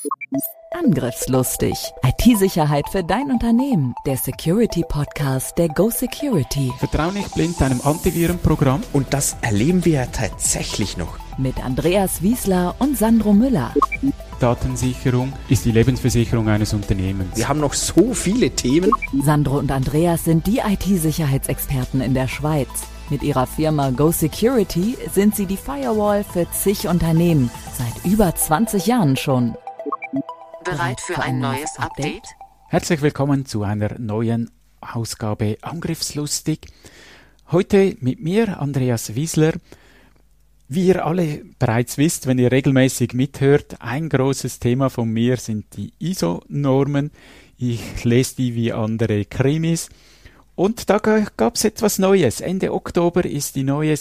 Angriffslustig. IT-Sicherheit für dein Unternehmen. Der Security-Podcast der Go Security. Vertrau nicht blind deinem Antivirenprogramm. Und das erleben wir ja tatsächlich noch. Mit Andreas Wiesler und Sandro Müller. Datensicherung ist die Lebensversicherung eines Unternehmens. Wir haben noch so viele Themen. Sandro und Andreas sind die IT-Sicherheitsexperten in der Schweiz. Mit ihrer Firma Go Security sind sie die Firewall für zig Unternehmen. Seit über 20 Jahren schon. Bereit für ein neues Update? Herzlich willkommen zu einer neuen Ausgabe Angriffslustig. Heute mit mir, Andreas Wiesler. Wie ihr alle bereits wisst, wenn ihr regelmäßig mithört, ein großes Thema von mir sind die ISO-Normen. Ich lese die wie andere Krimis. Und da gab es etwas Neues. Ende Oktober ist die neue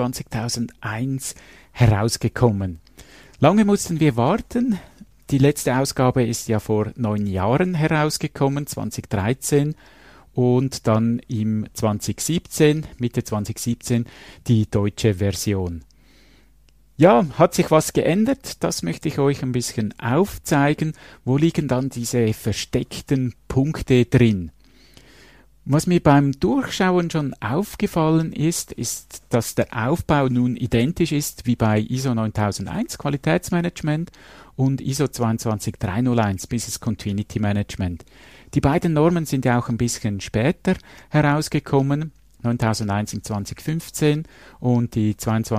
27001 herausgekommen. Lange mussten wir warten. Die letzte Ausgabe ist ja vor 9 Jahren herausgekommen, 2013. Und dann im 2017, Mitte 2017, die deutsche Version. Ja, hat sich was geändert? Das möchte ich euch ein bisschen aufzeigen. Wo liegen dann diese versteckten Punkte drin? Was mir beim Durchschauen schon aufgefallen ist, dass der Aufbau nun identisch ist wie bei ISO 9001 Qualitätsmanagement und ISO 22301 Business Continuity Management. Die beiden Normen sind ja auch ein bisschen später herausgekommen, 9001 im 2015 und die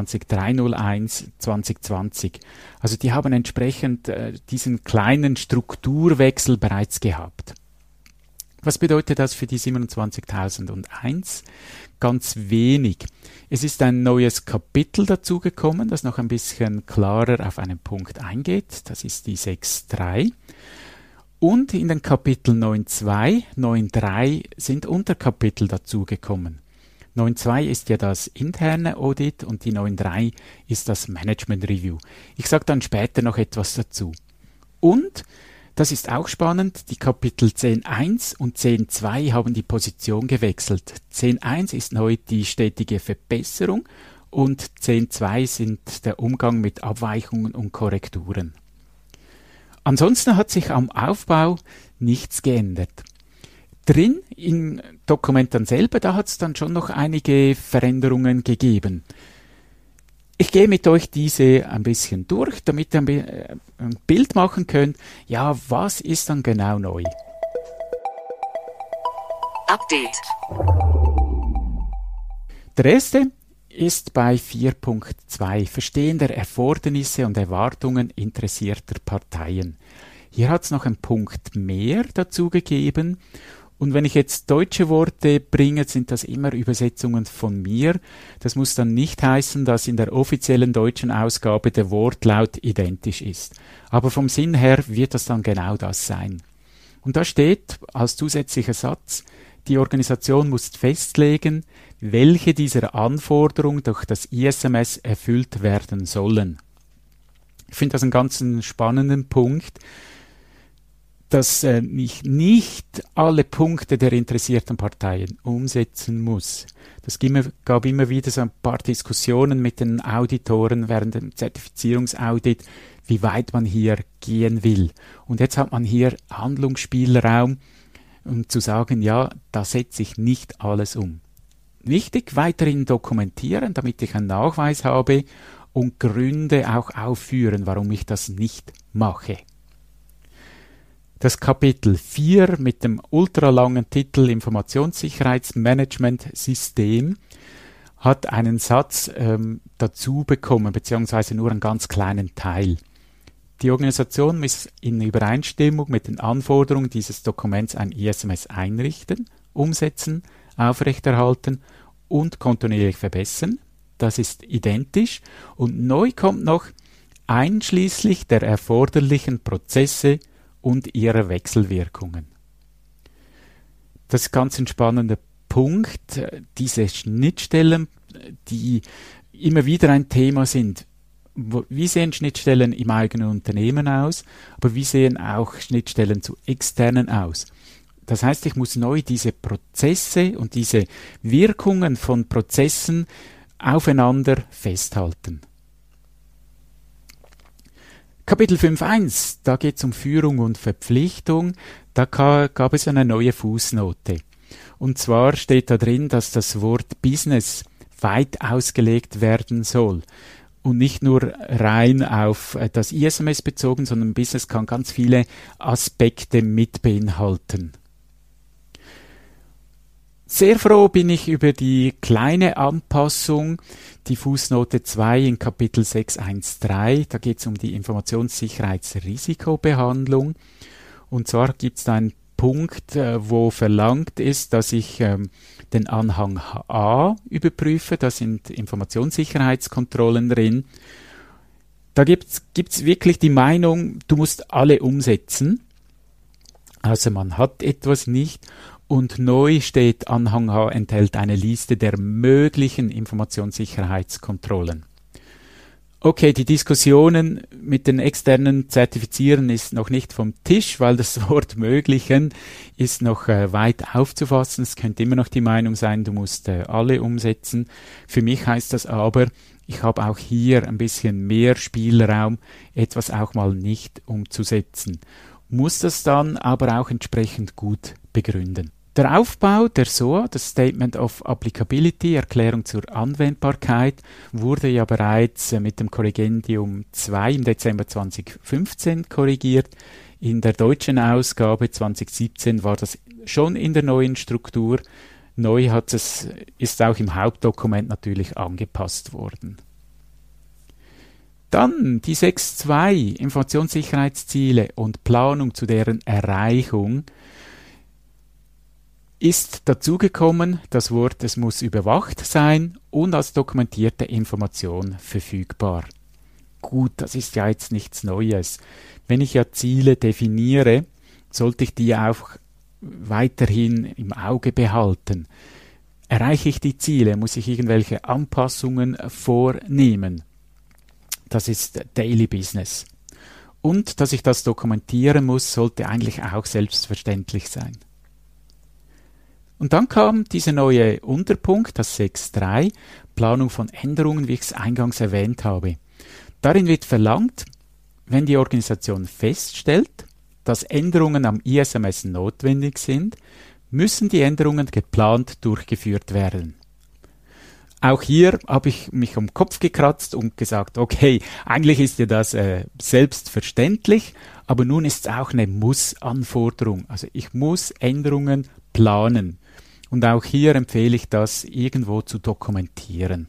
22301 2020. Also die haben entsprechend diesen kleinen Strukturwechsel bereits gehabt. Was bedeutet das für die 27001? Ganz wenig. Es ist ein neues Kapitel dazugekommen, das noch ein bisschen klarer auf einen Punkt eingeht. Das ist die 6.3. Und in den Kapiteln 9.2, 9.3 sind Unterkapitel dazugekommen. 9.2 ist ja das interne Audit und die 9.3 ist das Management Review. Ich sage dann später noch etwas dazu. Und das ist auch spannend, die Kapitel 10.1 und 10.2 haben die Position gewechselt. 10.1 ist neu die stetige Verbesserung und 10.2 sind der Umgang mit Abweichungen und Korrekturen. Ansonsten hat sich am Aufbau nichts geändert. Drin im Dokument dann selber, da hat es dann schon noch einige Veränderungen gegeben. Ich gehe mit euch diese ein bisschen durch, damit ihr ein Bild machen könnt. Ja, was ist dann genau neu? Update. Der erste ist bei 4.2 Verstehen der Erfordernisse und Erwartungen interessierter Parteien. Hier hat es noch einen Punkt mehr dazu gegeben. Und wenn ich jetzt deutsche Worte bringe, sind das immer Übersetzungen von mir. Das muss dann nicht heißen, dass in der offiziellen deutschen Ausgabe der Wortlaut identisch ist. Aber vom Sinn her wird das dann genau das sein. Und da steht als zusätzlicher Satz, die Organisation muss festlegen, welche dieser Anforderungen durch das ISMS erfüllt werden sollen. Ich finde das einen ganz spannenden Punkt, dass ich nicht alle Punkte der interessierten Parteien umsetzen muss. Das gab immer wieder so ein paar Diskussionen mit den Auditoren während dem Zertifizierungsaudit, wie weit man hier gehen will. Und jetzt hat man hier Handlungsspielraum, um zu sagen, ja, da setze ich nicht alles um. Wichtig, weiterhin dokumentieren, damit ich einen Nachweis habe und Gründe auch aufführen, warum ich das nicht mache. Das Kapitel 4 mit dem ultralangen Titel Informationssicherheitsmanagementsystem hat einen Satz dazu bekommen, beziehungsweise nur einen ganz kleinen Teil. Die Organisation muss in Übereinstimmung mit den Anforderungen dieses Dokuments ein ISMS einrichten, umsetzen, aufrechterhalten und kontinuierlich verbessern. Das ist identisch und neu kommt noch einschließlich der erforderlichen Prozesse und ihrer Wechselwirkungen. Das ist ganz ein spannender Punkt, diese Schnittstellen, die immer wieder ein Thema sind. Wie sehen Schnittstellen im eigenen Unternehmen aus, aber wie sehen auch Schnittstellen zu externen aus? Das heißt, ich muss neu diese Prozesse und diese Wirkungen von Prozessen aufeinander festhalten. Kapitel 5.1, da geht es um Führung und Verpflichtung. Da gab es eine neue Fußnote. Und zwar steht da drin, dass das Wort Business weit ausgelegt werden soll. Und nicht nur rein auf das ISMS bezogen, sondern Business kann ganz viele Aspekte mit beinhalten. Sehr froh bin ich über die kleine Anpassung, die Fußnote 2 in Kapitel 6.1.3. Da geht es um die Informationssicherheitsrisikobehandlung. Und zwar gibt es da einen Punkt, wo verlangt ist, dass ich den Anhang A überprüfe. Da sind Informationssicherheitskontrollen drin. Da gibt's wirklich die Meinung, du musst alle umsetzen. Also man hat etwas nicht. Und neu steht, Anhang H enthält eine Liste der möglichen Informationssicherheitskontrollen. Okay, die Diskussionen mit den externen Zertifizieren ist noch nicht vom Tisch, weil das Wort möglichen ist noch weit aufzufassen. Es könnte immer noch die Meinung sein, du musst alle umsetzen. Für mich heißt das aber, ich habe auch hier ein bisschen mehr Spielraum, etwas auch mal nicht umzusetzen. Muss das dann aber auch entsprechend gut begründen. Der Aufbau der SOA, das Statement of Applicability, Erklärung zur Anwendbarkeit, wurde ja bereits mit dem Korrigendium 2 im Dezember 2015 korrigiert. In der deutschen Ausgabe 2017 war das schon in der neuen Struktur. Neu ist auch im Hauptdokument natürlich angepasst worden. Dann die 6.2 Informationssicherheitsziele und Planung zu deren Erreichung ist dazugekommen das Wort, es muss überwacht sein und als dokumentierte Information verfügbar. Gut, das ist ja jetzt nichts Neues. Wenn ich ja Ziele definiere, sollte ich die auch weiterhin im Auge behalten. Erreiche ich die Ziele, muss ich irgendwelche Anpassungen vornehmen. Das ist Daily Business. Und dass ich das dokumentieren muss, sollte eigentlich auch selbstverständlich sein. Und dann kam dieser neue Unterpunkt, das 6.3, Planung von Änderungen, wie ich es eingangs erwähnt habe. Darin wird verlangt, wenn die Organisation feststellt, dass Änderungen am ISMS notwendig sind, müssen die Änderungen geplant durchgeführt werden. Auch hier habe ich mich am Kopf gekratzt und gesagt, okay, eigentlich ist ja das selbstverständlich, aber nun ist es auch eine Muss-Anforderung. Also ich muss Änderungen planen. Und auch hier empfehle ich das irgendwo zu dokumentieren.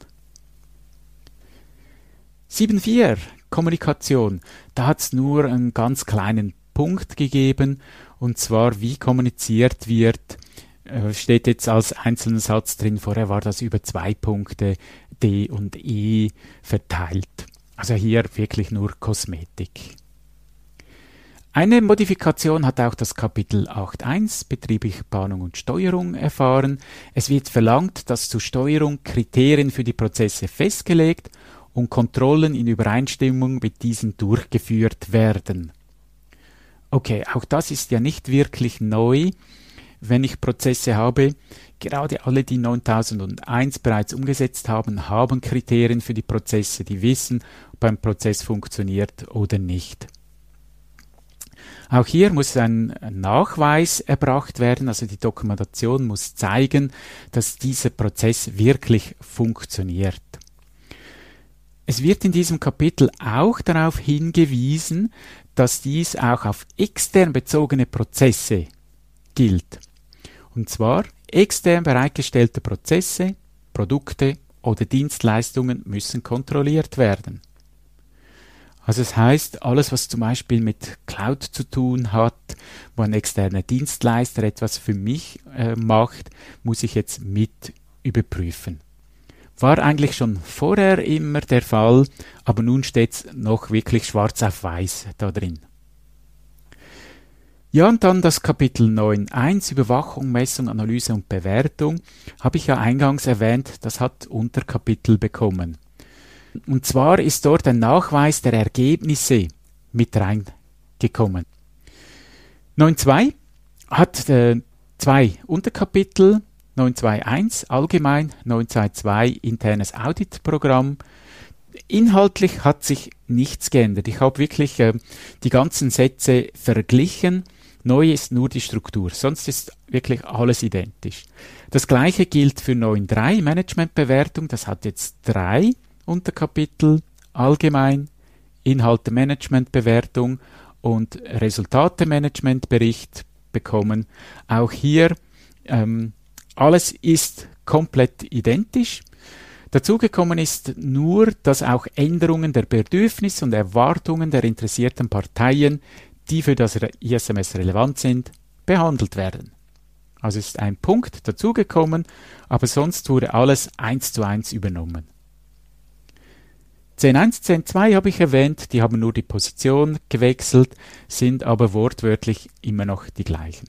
7.4 Kommunikation. Da hat es nur einen ganz kleinen Punkt gegeben, und zwar wie kommuniziert wird, steht jetzt als einzelner Satz drin, vorher war das über 2 Punkte D und E verteilt. Also hier wirklich nur Kosmetik. Eine Modifikation hat auch das Kapitel 8.1 betriebliche Planung und Steuerung erfahren. Es wird verlangt, dass zur Steuerung Kriterien für die Prozesse festgelegt und Kontrollen in Übereinstimmung mit diesen durchgeführt werden. Okay, auch das ist ja nicht wirklich neu, wenn ich Prozesse habe. Gerade alle, die 9001 bereits umgesetzt haben, haben Kriterien für die Prozesse, die wissen, ob ein Prozess funktioniert oder nicht. Auch hier muss ein Nachweis erbracht werden, also die Dokumentation muss zeigen, dass dieser Prozess wirklich funktioniert. Es wird in diesem Kapitel auch darauf hingewiesen, dass dies auch auf extern bezogene Prozesse gilt. Und zwar extern bereitgestellte Prozesse, Produkte oder Dienstleistungen müssen kontrolliert werden. Also es heißt, alles, was zum Beispiel mit Cloud zu tun hat, wo ein externer Dienstleister etwas für mich macht, muss ich jetzt mit überprüfen. War eigentlich schon vorher immer der Fall, aber nun steht es noch wirklich schwarz auf weiß da drin. Ja, und dann das Kapitel 9.1, Überwachung, Messung, Analyse und Bewertung, habe ich ja eingangs erwähnt, das hat Unterkapitel bekommen. Und zwar ist dort ein Nachweis der Ergebnisse mit reingekommen. 9.2 hat 2 Unterkapitel, 9.2.1 allgemein, 9.2.2 internes Auditprogramm. Inhaltlich hat sich nichts geändert. Ich habe wirklich die ganzen Sätze verglichen. Neu ist nur die Struktur, sonst ist wirklich alles identisch. Das gleiche gilt für 9.3 Managementbewertung. Das hat jetzt 3 Unterkapitel: Allgemein, Inhalte Managementbewertung und Resultate Managementbericht bekommen. Auch hier alles ist komplett identisch. Dazugekommen ist nur, dass auch Änderungen der Bedürfnisse und Erwartungen der interessierten Parteien, die für das ISMS relevant sind, behandelt werden. Also ist ein Punkt dazugekommen, aber sonst wurde alles 1:1 übernommen. 10.1, 10.2 habe ich erwähnt, die haben nur die Position gewechselt, sind aber wortwörtlich immer noch die gleichen.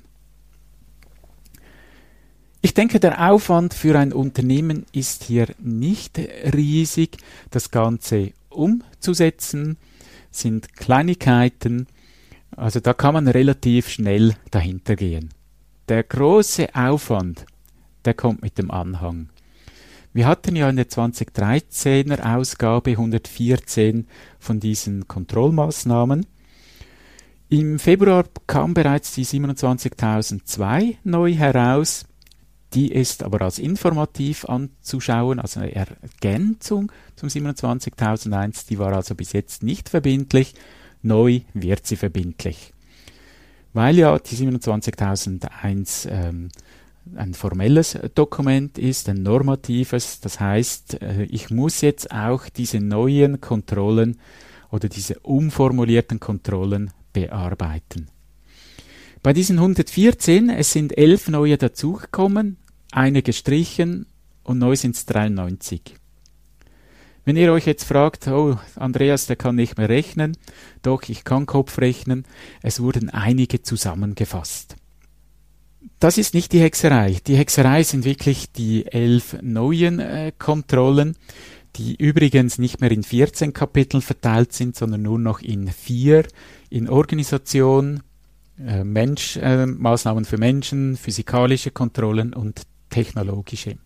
Ich denke, der Aufwand für ein Unternehmen ist hier nicht riesig. Das Ganze umzusetzen sind Kleinigkeiten, also da kann man relativ schnell dahinter gehen. Der große Aufwand, der kommt mit dem Anhang. Wir hatten ja in der 2013er Ausgabe 114 von diesen Kontrollmaßnahmen. Im Februar kam bereits die 27.002 neu heraus. Die ist aber als informativ anzuschauen, also eine Ergänzung zum 27.001. Die war also bis jetzt nicht verbindlich. Neu wird sie verbindlich. Weil ja die 27.001 ein formelles Dokument ist, ein normatives. Das heißt, ich muss jetzt auch diese neuen Kontrollen oder diese umformulierten Kontrollen bearbeiten. Bei diesen 114, es sind 11 neue dazugekommen, eine gestrichen und neu sind es 93. Wenn ihr euch jetzt fragt, oh, Andreas, der kann nicht mehr rechnen, doch, ich kann Kopf rechnen, es wurden einige zusammengefasst. Das ist nicht die Hexerei. Die Hexerei sind wirklich die 11 neuen Kontrollen, die übrigens nicht mehr in 14 Kapiteln verteilt sind, sondern nur noch in 4, in Organisation, Maßnahmen für Menschen, physikalische Kontrollen und technologische.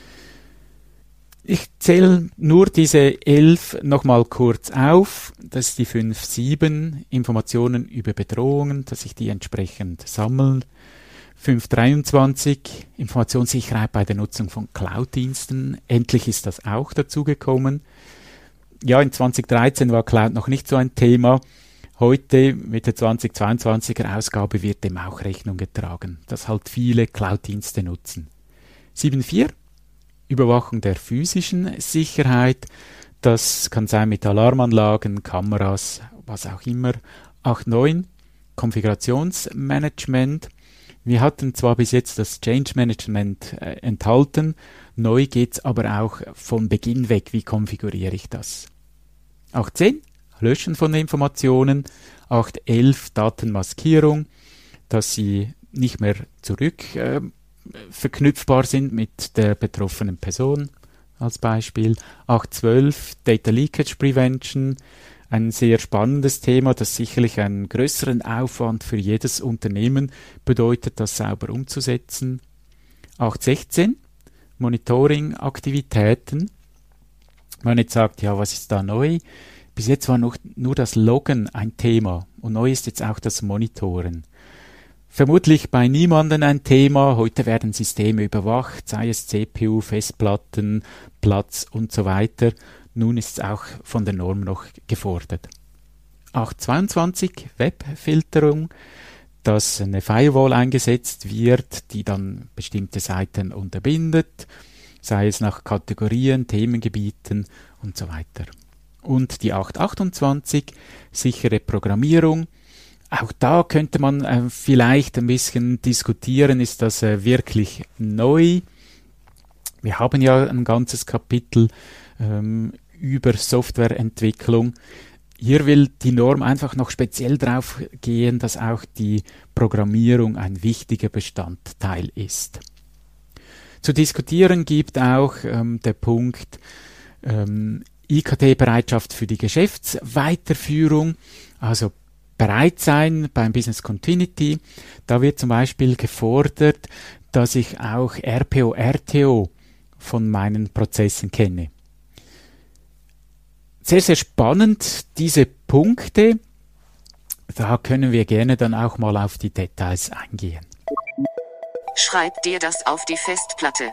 Ich zähle nur diese 11 nochmal kurz auf. Das ist die 5.7, Informationen über Bedrohungen, dass ich die entsprechend sammle. 5.23, Informationssicherheit bei der Nutzung von Cloud-Diensten. Endlich ist das auch dazugekommen. Ja, in 2013 war Cloud noch nicht so ein Thema. Heute mit der 2022er Ausgabe wird dem auch Rechnung getragen, dass halt viele Cloud-Dienste nutzen. 7.4, Überwachung der physischen Sicherheit. Das kann sein mit Alarmanlagen, Kameras, was auch immer. 8.9, Konfigurationsmanagement. Wir hatten zwar bis jetzt das Change Management enthalten, neu geht es aber auch von Beginn weg, wie konfiguriere ich das. 8.10, Löschen von Informationen. 8.11, Datenmaskierung, dass sie nicht mehr zurück verknüpfbar sind mit der betroffenen Person als Beispiel. 8.12, Data Leakage Prevention, ein sehr spannendes Thema, das sicherlich einen größeren Aufwand für jedes Unternehmen bedeutet, das sauber umzusetzen. 8.16, Monitoring-Aktivitäten. Man jetzt sagt, ja, was ist da neu? Bis jetzt war nur das Loggen ein Thema und neu ist jetzt auch das Monitoren. Vermutlich bei niemandem ein Thema. Heute werden Systeme überwacht, sei es CPU, Festplatten, Platz und so weiter. Nun ist es auch von der Norm noch gefordert. 8.22 Webfilterung, dass eine Firewall eingesetzt wird, die dann bestimmte Seiten unterbindet, sei es nach Kategorien, Themengebieten und so weiter. Und die 8.28 sichere Programmierung. Auch da könnte man vielleicht ein bisschen diskutieren, ist das wirklich neu? Wir haben ja ein ganzes Kapitel über Softwareentwicklung. Hier will die Norm einfach noch speziell darauf gehen, dass auch die Programmierung ein wichtiger Bestandteil ist. Zu diskutieren gibt auch der Punkt IKT-Bereitschaft für die Geschäftsweiterführung, also bereit sein beim Business Continuity. Da wird zum Beispiel gefordert, dass ich auch RPO, RTO von meinen Prozessen kenne. sehr, sehr spannend, diese Punkte. Da können wir gerne dann auch mal auf die Details eingehen. Schreib dir das auf die Festplatte.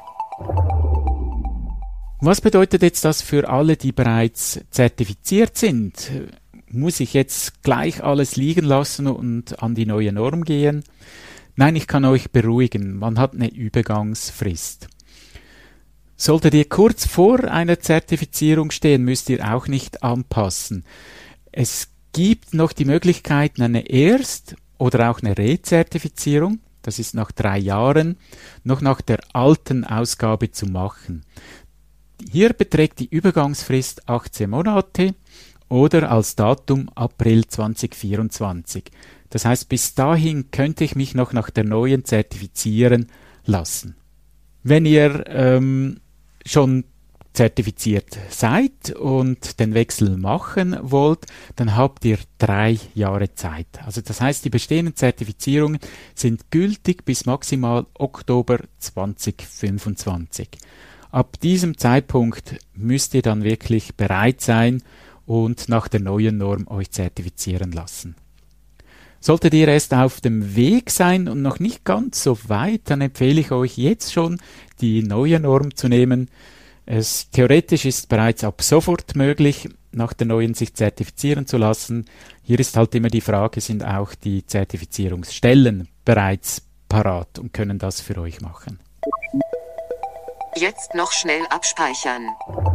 Was bedeutet jetzt das für alle, die bereits zertifiziert sind? Muss ich jetzt gleich alles liegen lassen und an die neue Norm gehen? Nein, ich kann euch beruhigen, man hat eine Übergangsfrist. Solltet ihr kurz vor einer Zertifizierung stehen, müsst ihr auch nicht anpassen. Es gibt noch die Möglichkeit, eine Erst- oder auch eine Rezertifizierung, das ist nach 3 Jahren, noch nach der alten Ausgabe zu machen. Hier beträgt die Übergangsfrist 18 Monate oder als Datum April 2024. Das heißt, bis dahin könnte ich mich noch nach der neuen zertifizieren lassen. Wenn ihr schon zertifiziert seid und den Wechsel machen wollt, dann habt ihr 3 Jahre Zeit. Also das heißt, die bestehenden Zertifizierungen sind gültig bis maximal Oktober 2025. Ab diesem Zeitpunkt müsst ihr dann wirklich bereit sein und nach der neuen Norm euch zertifizieren lassen. Solltet ihr erst auf dem Weg sein und noch nicht ganz so weit, dann empfehle ich euch jetzt schon, die neue Norm zu nehmen. Theoretisch ist bereits ab sofort möglich, nach der neuen sich zertifizieren zu lassen. Hier ist halt immer die Frage, sind auch die Zertifizierungsstellen bereits parat und können das für euch machen. Jetzt noch schnell abspeichern.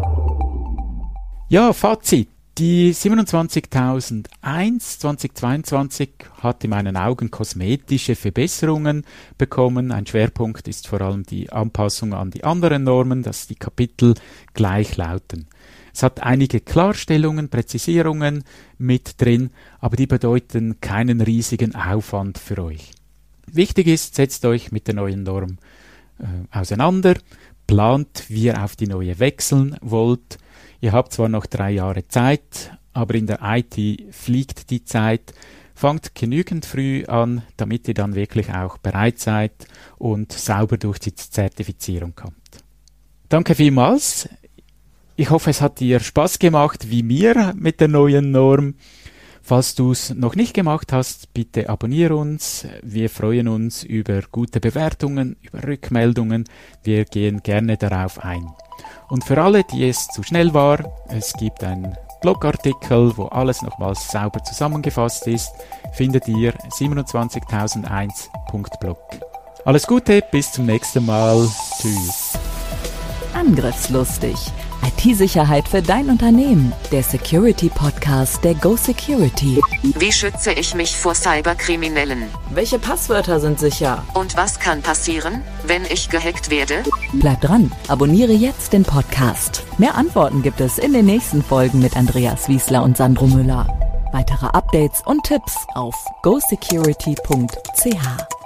Ja, Fazit. Die 27001 2022 hat in meinen Augen kosmetische Verbesserungen bekommen. Ein Schwerpunkt ist vor allem die Anpassung an die anderen Normen, dass die Kapitel gleich lauten. Es hat einige Klarstellungen, Präzisierungen mit drin, aber die bedeuten keinen riesigen Aufwand für euch. Wichtig ist, setzt euch mit der neuen Norm auseinander, plant, wie ihr auf die neue wechseln wollt. Ihr habt zwar noch 3 Jahre Zeit, aber in der IT fliegt die Zeit. Fangt genügend früh an, damit ihr dann wirklich auch bereit seid und sauber durch die Zertifizierung kommt. Danke vielmals. Ich hoffe, es hat dir Spaß gemacht, wie mir mit der neuen Norm. Falls du es noch nicht gemacht hast, bitte abonniere uns. Wir freuen uns über gute Bewertungen, über Rückmeldungen. Wir gehen gerne darauf ein. Und für alle, die es zu schnell war, es gibt einen Blogartikel, wo alles nochmals sauber zusammengefasst ist, findet ihr 27001.blog. Alles Gute, bis zum nächsten Mal. Tschüss. Angriffslustig. IT-Sicherheit für dein Unternehmen. Der Security-Podcast der Go Security. Wie schütze ich mich vor Cyberkriminellen? Welche Passwörter sind sicher? Und was kann passieren, wenn ich gehackt werde? Bleib dran, abonniere jetzt den Podcast. Mehr Antworten gibt es in den nächsten Folgen mit Andreas Wiesler und Sandro Müller. Weitere Updates und Tipps auf gosecurity.ch.